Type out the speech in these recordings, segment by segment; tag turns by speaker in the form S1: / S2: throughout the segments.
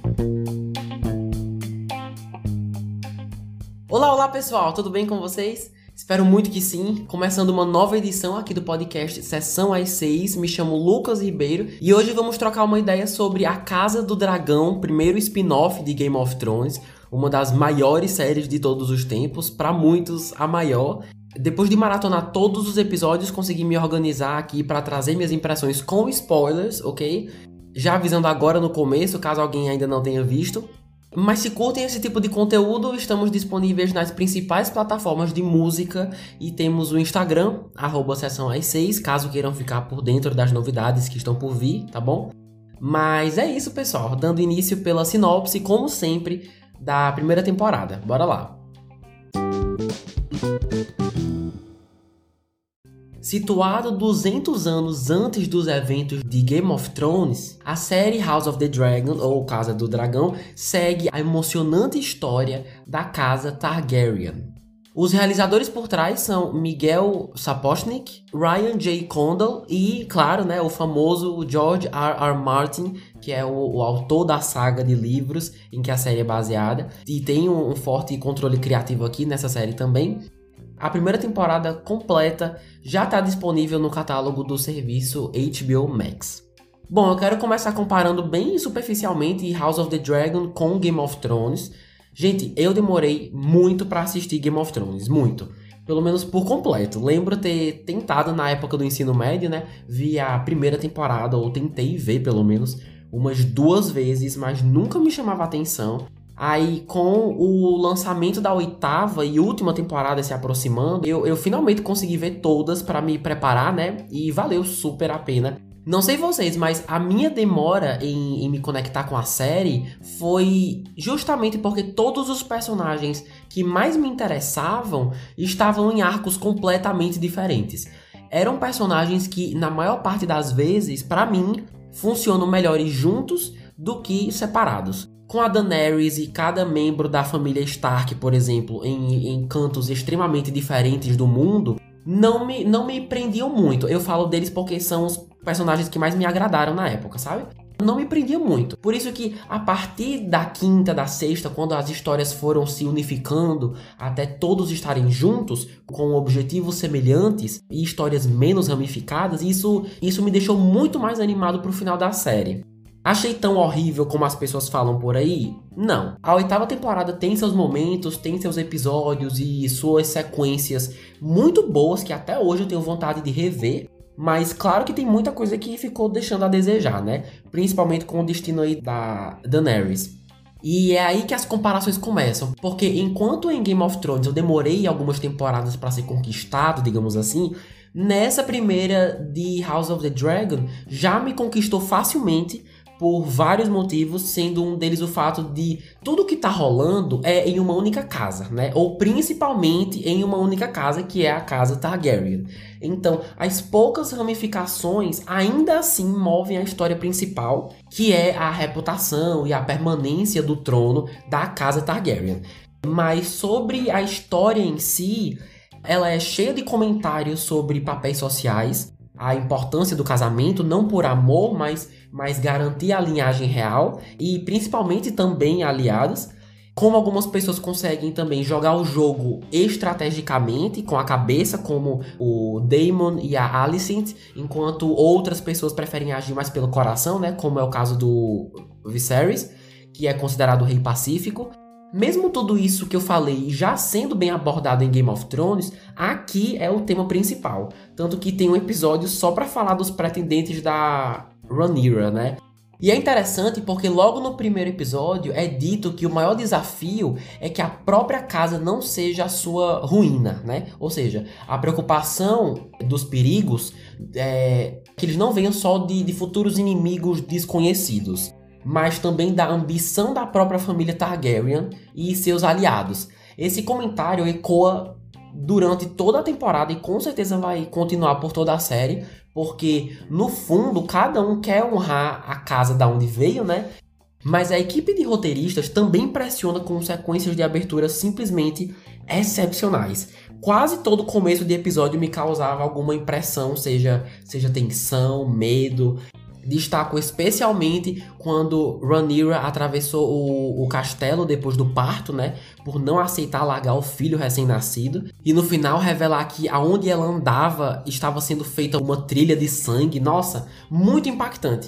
S1: Olá pessoal, tudo bem com vocês? Espero muito que sim. Começando uma nova edição aqui do podcast Sessão às 6, me chamo Lucas Ribeiro e hoje vamos trocar uma ideia sobre A Casa do Dragão, primeiro spin-off de Game of Thrones, uma das maiores séries de todos os tempos, para muitos a maior. Depois de maratonar todos os episódios, consegui me organizar aqui para trazer minhas impressões com spoilers, ok? Já avisando agora no começo, caso alguém ainda não tenha visto. Mas se curtem esse tipo de conteúdo, estamos disponíveis nas principais plataformas de música e temos o Instagram, @sessãoàs6, caso queiram ficar por dentro das novidades que estão por vir, tá bom? Mas é isso, pessoal, dando início pela sinopse, como sempre, da primeira temporada. Bora lá! Situado 200 anos antes dos eventos de Game of Thrones, a série House of the Dragon, ou Casa do Dragão, segue a emocionante história da Casa Targaryen. Os realizadores por trás são Miguel Sapochnik, Ryan J. Condal e, claro, o famoso George R. Martin, que é o autor da saga de livros em que a série é baseada, e tem um forte controle criativo aqui nessa série também. A primeira temporada completa já está disponível no catálogo do serviço HBO Max. Bom, eu quero começar comparando bem superficialmente House of the Dragon com Game of Thrones. Gente, eu demorei muito para assistir Game of Thrones, muito. Pelo menos por completo. Lembro ter tentado na época do ensino médio, vi a primeira temporada, ou tentei ver pelo menos, umas 2 vezes, mas nunca me chamava a atenção. Aí, com o lançamento da 8ª e última temporada se aproximando, eu finalmente consegui ver todas para me preparar, E valeu super a pena. Não sei vocês, mas a minha demora em me conectar com a série foi justamente porque todos os personagens que mais me interessavam estavam em arcos completamente diferentes. Eram personagens que, na maior parte das vezes, para mim, funcionam melhores juntos do que separados. Com a Daenerys e cada membro da família Stark, por exemplo, em cantos extremamente diferentes do mundo, não me prendiam muito. Eu falo deles porque são os personagens que mais me agradaram na época, sabe? Não me prendiam muito. Por isso que a partir da 5ª, da 6ª, quando as histórias foram se unificando até todos estarem juntos, com objetivos semelhantes e histórias menos ramificadas, isso me deixou muito mais animado pro final da série. Achei tão horrível como as pessoas falam por aí? Não. A 8ª temporada tem seus momentos, tem seus episódios e suas sequências muito boas que até hoje eu tenho vontade de rever. Mas claro que tem muita coisa que ficou deixando a desejar, Principalmente com o destino aí da Daenerys. E é aí que as comparações começam. Porque enquanto em Game of Thrones eu demorei algumas temporadas para ser conquistado, digamos assim, nessa primeira de House of the Dragon já me conquistou facilmente por vários motivos, sendo um deles o fato de tudo que tá rolando é em uma única casa, Ou principalmente em uma única casa, que é a Casa Targaryen. Então, as poucas ramificações ainda assim movem a história principal, que é a reputação e a permanência do trono da Casa Targaryen. Mas sobre a história em si, ela é cheia de comentários sobre papéis sociais, a importância do casamento, não por amor, mas garantir a linhagem real e principalmente também aliados. Como algumas pessoas conseguem também jogar o jogo estrategicamente, com a cabeça, como o Daemon e a Alicent, enquanto outras pessoas preferem agir mais pelo coração, como é o caso do Viserys, que é considerado o rei pacífico. Mesmo tudo isso que eu falei já sendo bem abordado em Game of Thrones, aqui é o tema principal. Tanto que tem um episódio só para falar dos pretendentes da Rhaenyra, E é interessante porque logo no primeiro episódio é dito que o maior desafio é que a própria casa não seja a sua ruína, Ou seja, a preocupação dos perigos é que eles não venham só de futuros inimigos desconhecidos, mas também da ambição da própria família Targaryen e seus aliados. Esse comentário ecoa durante toda a temporada e com certeza vai continuar por toda a série, porque no fundo cada um quer honrar a casa da onde veio, Mas a equipe de roteiristas também pressiona com sequências de abertura simplesmente excepcionais. Quase todo começo de episódio me causava alguma impressão, seja tensão, medo. Destaco especialmente quando Rhaenyra atravessou o castelo depois do parto, né? Por não aceitar largar o filho recém-nascido. E no final revelar que aonde ela andava estava sendo feita uma trilha de sangue. Nossa, muito impactante.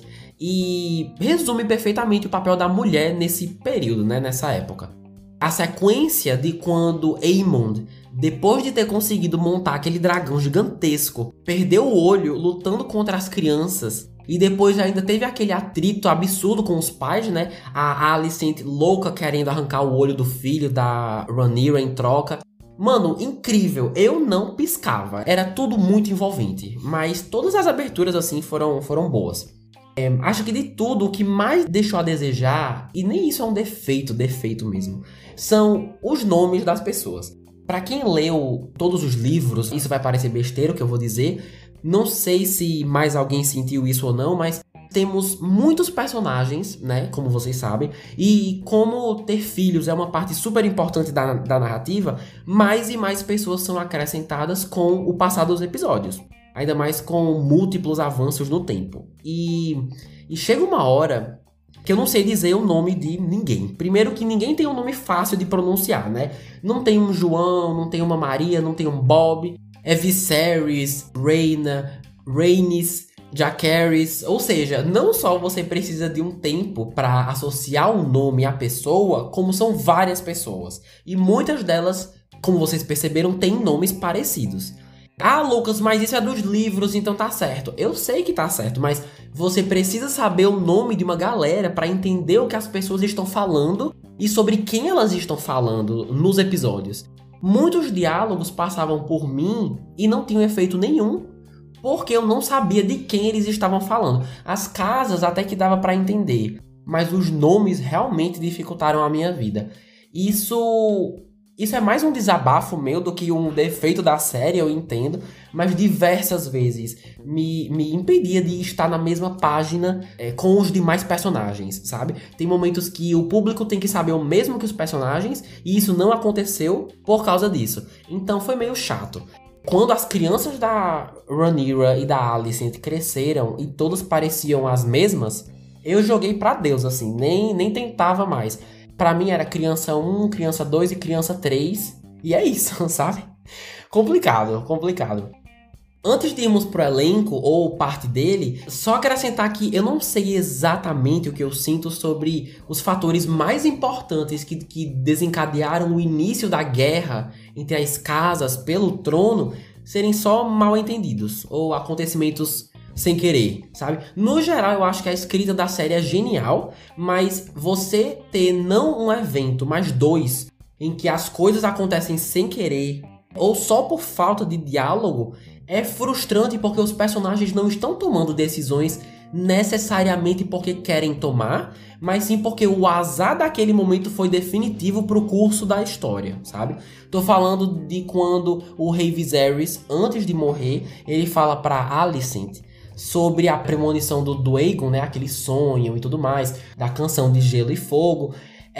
S1: E resume perfeitamente o papel da mulher nesse período, né? Nessa época. A sequência de quando Aemond, depois de ter conseguido montar aquele dragão gigantesco, perdeu o olho lutando contra as crianças. E depois ainda teve aquele atrito absurdo com os pais, né? A Alicent louca querendo arrancar o olho do filho da Rhaenyra em troca. Mano, incrível. Eu não piscava. Era tudo muito envolvente. Mas todas as aberturas, assim, foram boas. Acho que de tudo, o que mais deixou a desejar, e nem isso é um defeito mesmo, são os nomes das pessoas. Pra quem leu todos os livros, isso vai parecer besteira o que eu vou dizer. Não sei se mais alguém sentiu isso ou não, mas temos muitos personagens, né, como vocês sabem, e como ter filhos é uma parte super importante da narrativa, mais e mais pessoas são acrescentadas com o passar dos episódios, ainda mais com múltiplos avanços no tempo. E chega uma hora que eu não sei dizer o nome de ninguém. Primeiro que ninguém tem um nome fácil de pronunciar, né? Não tem um João, não tem uma Maria, não tem um Bob. É Viserys, Rhaena, Rhaenys, Jacaerys. Ou seja, não só você precisa de um tempo para associar um nome à pessoa, como são várias pessoas. E muitas delas, como vocês perceberam, têm nomes parecidos. Ah, Lucas, mas isso é dos livros, então tá certo. Eu sei que tá certo, mas você precisa saber o nome de uma galera para entender o que as pessoas estão falando e sobre quem elas estão falando nos episódios. Muitos diálogos passavam por mim e não tinham efeito nenhum, porque eu não sabia de quem eles estavam falando. As casas até que dava para entender, mas os nomes realmente dificultaram a minha vida. Isso é mais um desabafo meu do que um defeito da série, eu entendo, mas diversas vezes me impedia de estar na mesma página com os demais personagens, sabe? Tem momentos que o público tem que saber o mesmo que os personagens, e isso não aconteceu por causa disso. Então foi meio chato. Quando as crianças da Rhaenyra e da Alicent cresceram e todas pareciam as mesmas, eu joguei pra Deus, assim, nem tentava mais. Pra mim era criança 1, criança 2 e criança 3. E é isso, sabe? Complicado. Antes de irmos pro elenco, ou parte dele, só acrescentar que eu não sei exatamente o que eu sinto sobre os fatores mais importantes que desencadearam o início da guerra entre as casas pelo trono serem só mal entendidos, ou acontecimentos sem querer, sabe? No geral, eu acho que a escrita da série é genial, mas você ter não um evento, mas dois, em que as coisas acontecem sem querer, ou só por falta de diálogo, é frustrante porque os personagens não estão tomando decisões necessariamente porque querem tomar, mas sim porque o azar daquele momento foi definitivo pro curso da história, sabe? Tô falando de quando o rei Viserys, antes de morrer, ele fala pra Alicent sobre a premonição do Aegon, né? Aquele sonho e tudo mais, da canção de Gelo e Fogo,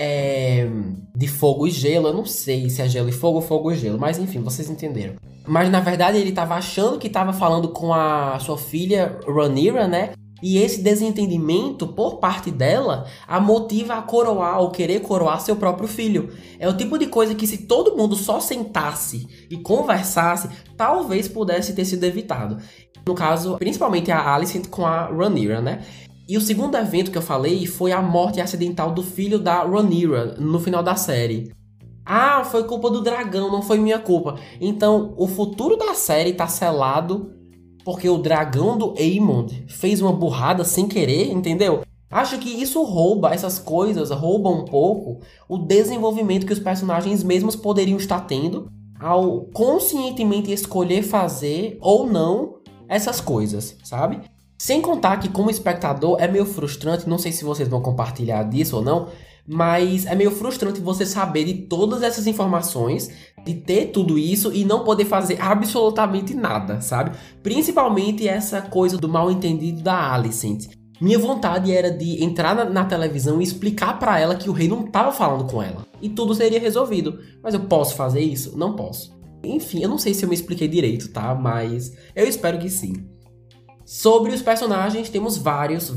S1: de Fogo e Gelo, eu não sei se é Gelo e Fogo ou Fogo e Gelo, mas enfim, vocês entenderam. Mas na verdade ele tava achando que tava falando com a sua filha Rhaenyra, né? E esse desentendimento por parte dela a motiva a coroar ou querer coroar seu próprio filho. É o tipo de coisa que se todo mundo só sentasse e conversasse, talvez pudesse ter sido evitado. No caso, principalmente a Alicent com a Rhaenyra, né? E o segundo evento que eu falei foi a morte acidental do filho da Rhaenyra no final da série. Ah, foi culpa do dragão, não foi minha culpa. Então, o futuro da série tá selado porque o dragão do Aemond fez uma burrada sem querer, entendeu? Acho que isso essas coisas roubam um pouco o desenvolvimento que os personagens mesmos poderiam estar tendo ao conscientemente escolher fazer ou não essas coisas, sabe? Sem contar que como espectador é meio frustrante, não sei se vocês vão compartilhar disso ou não, mas é meio frustrante você saber de todas essas informações, de ter tudo isso e não poder fazer absolutamente nada, sabe? Principalmente essa coisa do mal entendido da Alicent. Minha vontade era de entrar na televisão e explicar pra ela que o rei não tava falando com ela. E tudo seria resolvido. Mas eu posso fazer isso? Não posso. Enfim, eu não sei se eu me expliquei direito, tá? Mas eu espero que sim. Sobre os personagens, temos vários,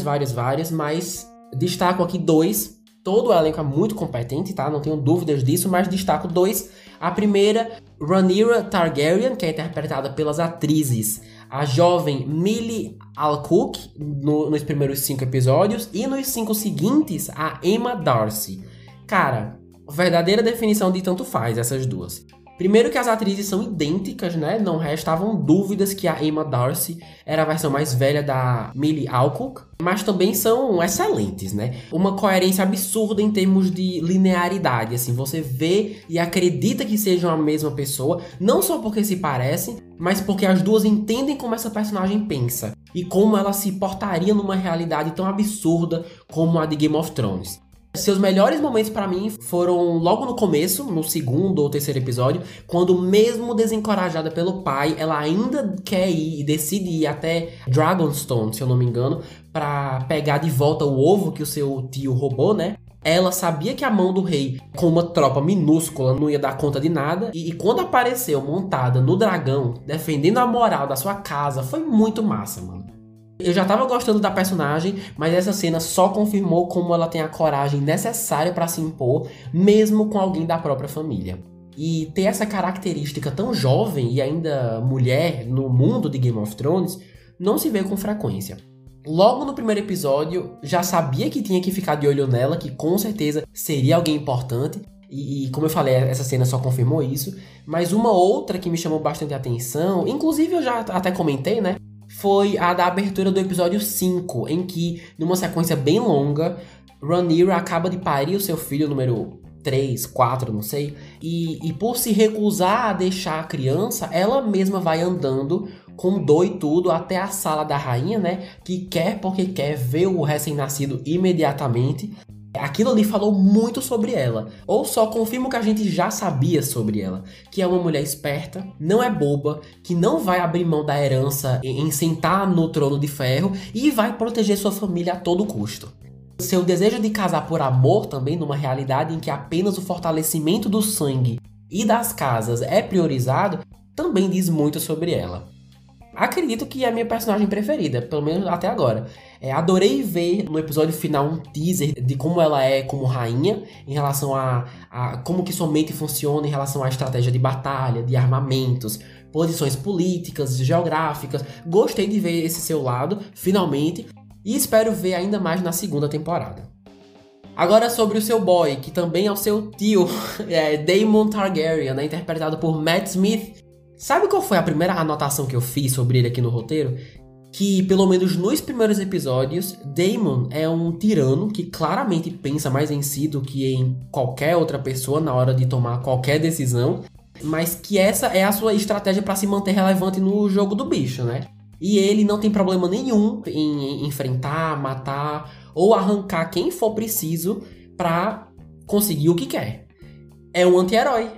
S1: mas destaco aqui 2. Todo o elenco é muito competente, tá? Não tenho dúvidas disso, mas destaco 2. A primeira, Rhaenyra Targaryen, que é interpretada pelas atrizes a jovem Millie Alcock nos primeiros 5 episódios, e nos 5 seguintes, a Emma Darcy. Cara, verdadeira definição de tanto faz essas duas. Primeiro que as atrizes são idênticas, né? Não restavam dúvidas que a Emma Darcy era a versão mais velha da Millie Alcock, mas também são excelentes, né? Uma coerência absurda em termos de linearidade, assim, você vê e acredita que sejam a mesma pessoa, não só porque se parecem, mas porque as duas entendem como essa personagem pensa e como ela se portaria numa realidade tão absurda como a de Game of Thrones. Seus melhores momentos pra mim foram logo no começo, no 2º ou 3º episódio, quando mesmo desencorajada pelo pai, ela ainda quer ir e decide ir até Dragonstone, se eu não me engano, pra pegar de volta o ovo que o seu tio roubou, né? Ela sabia que a mão do rei, com uma tropa minúscula, não ia dar conta de nada. E quando apareceu montada no dragão, defendendo a moral da sua casa, foi muito massa, mano. Eu já tava gostando da personagem, mas essa cena só confirmou como ela tem a coragem necessária pra se impor, mesmo com alguém da própria família. E ter essa característica tão jovem e ainda mulher no mundo de Game of Thrones não se vê com frequência. Logo no primeiro episódio, já sabia que tinha que ficar de olho nela, que com certeza seria alguém importante. E como eu falei, essa cena só confirmou isso. Mas uma outra que me chamou bastante atenção, inclusive eu já até comentei, né? Foi a da abertura do episódio 5, em que, numa sequência bem longa, Rhaenyra acaba de parir o seu filho número 3, 4, não sei, e por se recusar a deixar a criança, ela mesma vai andando com dor e tudo até a sala da rainha, né, que quer porque quer ver o recém-nascido imediatamente. Aquilo ali falou muito sobre ela, ou só confirma o que a gente já sabia sobre ela, que é uma mulher esperta, não é boba, que não vai abrir mão da herança em sentar no trono de ferro e vai proteger sua família a todo custo. Seu desejo de casar por amor também, numa realidade em que apenas o fortalecimento do sangue e das casas é priorizado, também diz muito sobre ela. Acredito que é a minha personagem preferida, pelo menos até agora. Adorei ver no episódio final um teaser de como ela é como rainha, em relação a como que sua mente funciona em relação à estratégia de batalha, de armamentos, posições políticas, geográficas. Gostei de ver esse seu lado, finalmente, e espero ver ainda mais na 2ª temporada. Agora sobre o seu boy, que também é o seu tio, Daemon Targaryen, né, interpretado por Matt Smith. Sabe qual foi a primeira anotação que eu fiz sobre ele aqui no roteiro? Que, pelo menos nos primeiros episódios, Daemon é um tirano que claramente pensa mais em si do que em qualquer outra pessoa na hora de tomar qualquer decisão, mas que essa é a sua estratégia para se manter relevante no jogo do bicho, né? E ele não tem problema nenhum em enfrentar, matar ou arrancar quem for preciso para conseguir o que quer. É um anti-herói.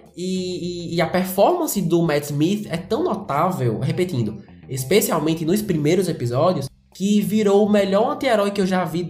S1: E a performance do Matt Smith é tão notável, repetindo, especialmente nos primeiros episódios, que virou o melhor anti-herói que eu já vi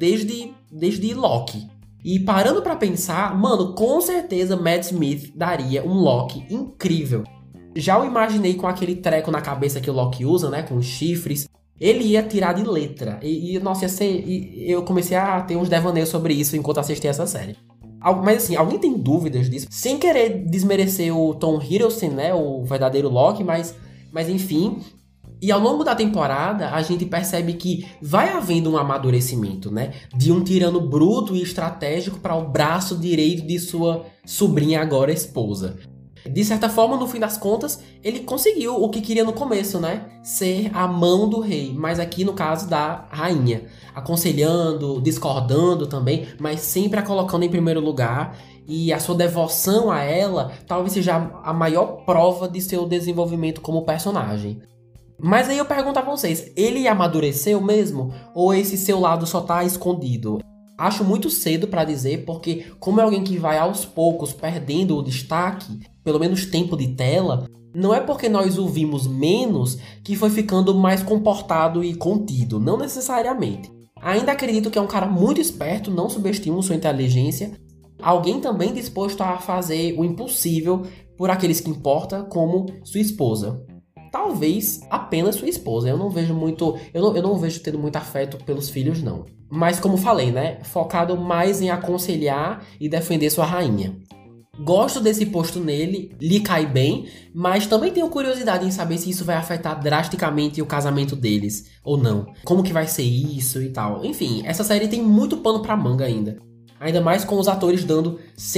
S1: desde Loki. E parando pra pensar, mano, com certeza Matt Smith daria um Loki incrível. Já o imaginei com aquele treco na cabeça que o Loki usa, né, com os chifres. Ele ia tirar de letra. Nossa, ia ser... eu comecei a ter uns devaneios sobre isso enquanto assistia essa série. Mas assim, alguém tem dúvidas disso? Sem querer desmerecer o Tom Hiddleston, né, o verdadeiro Loki, mas enfim. E ao longo da temporada, a gente percebe que vai havendo um amadurecimento, né, de um tirano bruto e estratégico para o braço direito de sua sobrinha, agora esposa. De certa forma, no fim das contas, ele conseguiu o que queria no começo, né? Ser a mão do rei, mas aqui no caso da rainha. Aconselhando, discordando também, mas sempre a colocando em primeiro lugar. E a sua devoção a ela talvez seja a maior prova de seu desenvolvimento como personagem. Mas aí eu pergunto a vocês, ele amadureceu mesmo? Ou esse seu lado só tá escondido? Acho muito cedo pra dizer, porque como é alguém que vai aos poucos perdendo o destaque, pelo menos tempo de tela, não é porque nós o vimos menos que foi ficando mais comportado e contido, não necessariamente. Ainda acredito que é um cara muito esperto, não subestimo sua inteligência, alguém também disposto a fazer o impossível por aqueles que importa, como sua esposa. talvez apenas sua esposa. Eu não vejo muito, eu não vejo tendo muito afeto pelos filhos, não. Mas como falei, né, focado mais em aconselhar e defender sua rainha. Gosto desse posto nele, lhe cai bem, mas também tenho curiosidade em saber se isso vai afetar drasticamente o casamento deles, ou não. Como que vai ser isso e tal. Enfim, essa série tem muito pano pra manga ainda. Ainda mais com os atores dando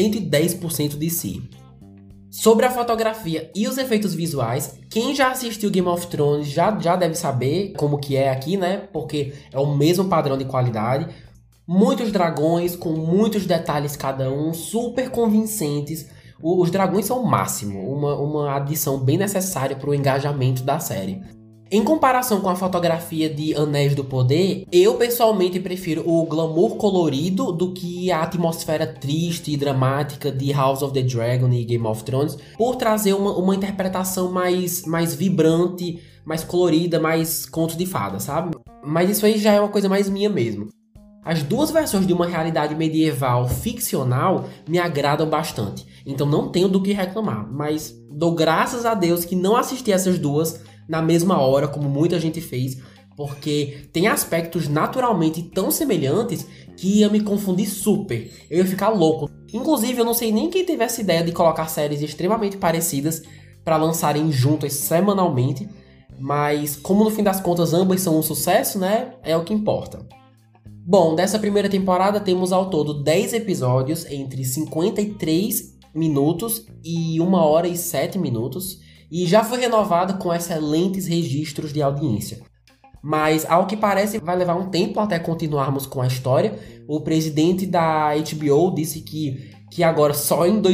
S1: 110% de si. Sobre a fotografia e os efeitos visuais, quem já assistiu Game of Thrones já deve saber como que é aqui, né? Porque é o mesmo padrão de qualidade. Muitos dragões, com muitos detalhes cada um, super convincentes. Os dragões são o máximo, uma adição bem necessária para o engajamento da série. Em comparação com a fotografia de Anéis do Poder, eu pessoalmente prefiro o glamour colorido do que a atmosfera triste e dramática de House of the Dragon e Game of Thrones, por trazer uma interpretação mais vibrante, mais colorida, mais conto de fada, sabe? Mas isso aí já é uma coisa mais minha mesmo. As duas versões de uma realidade medieval ficcional me agradam bastante, então não tenho do que reclamar, mas dou graças a Deus que não assisti essas duas na mesma hora, como muita gente fez, porque tem aspectos naturalmente tão semelhantes que ia me confundir super, eu ia ficar louco. Inclusive, eu não sei nem quem teve essa ideia de colocar séries extremamente parecidas para lançarem juntas semanalmente, mas como no fim das contas ambas são um sucesso, né, é o que importa. Bom, dessa primeira temporada temos ao todo 10 episódios entre 53 minutos e 1 hora e 7 minutos e já foi renovada com excelentes registros de audiência. Mas, ao que parece, vai levar um tempo até continuarmos com a história. O presidente da HBO disse que agora só em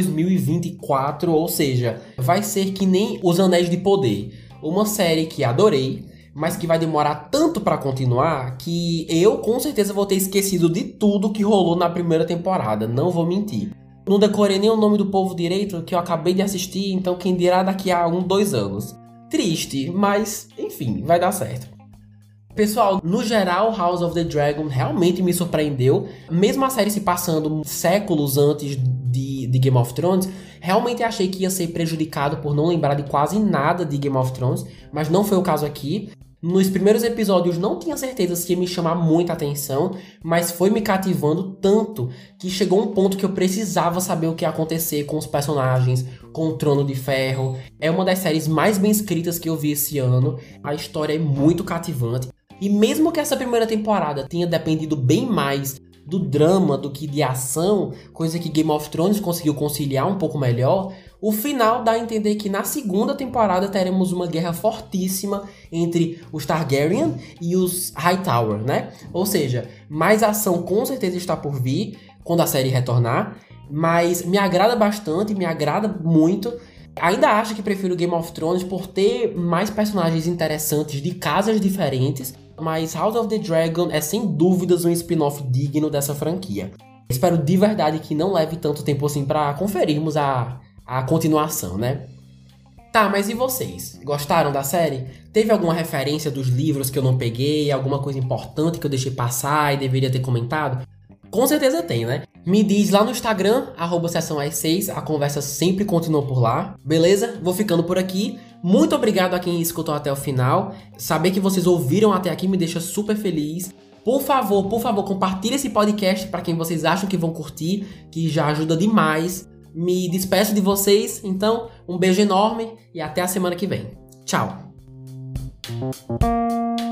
S1: 2024, ou seja, vai ser que nem Os Anéis de Poder, uma série que adorei, mas que vai demorar tanto pra continuar que eu com certeza vou ter esquecido de tudo que rolou na primeira temporada, não vou mentir. Não decorei nem o nome do povo direito que eu acabei de assistir, então quem dirá daqui a 2 anos. Triste, mas enfim, vai dar certo. Pessoal, no geral, House of the Dragon realmente me surpreendeu. Mesmo a série se passando séculos antes de Game of Thrones, realmente achei que ia ser prejudicado por não lembrar de quase nada de Game of Thrones, mas não foi o caso aqui. Nos primeiros episódios não tinha certeza se ia me chamar muita atenção, mas foi me cativando tanto que chegou um ponto que eu precisava saber o que ia acontecer com os personagens, com o Trono de Ferro. É uma das séries mais bem escritas que eu vi esse ano, a história é muito cativante. E mesmo que essa primeira temporada tenha dependido bem mais do drama do que de ação, coisa que Game of Thrones conseguiu conciliar um pouco melhor, o final dá a entender que na segunda temporada teremos uma guerra fortíssima entre os Targaryen e os Hightower, né? Ou seja, mais ação com certeza está por vir quando a série retornar, mas me agrada bastante, me agrada muito. Ainda acho que prefiro Game of Thrones por ter mais personagens interessantes de casas diferentes, mas House of the Dragon é sem dúvidas um spin-off digno dessa franquia. Espero de verdade que não leve tanto tempo assim pra conferirmos a continuação, né? Tá, mas e vocês? Gostaram da série? Teve alguma referência dos livros que eu não peguei? Alguma coisa importante que eu deixei passar e deveria ter comentado? Com certeza tem, né? Me diz lá no Instagram, @sessãoas6, a conversa sempre continua por lá. Beleza? Vou ficando por aqui. Muito obrigado a quem escutou até o final. Saber que vocês ouviram até aqui me deixa super feliz. Por favor, compartilhe esse podcast para quem vocês acham que vão curtir, que já ajuda demais. Me despeço de vocês, então um beijo enorme e até a semana que vem. Tchau!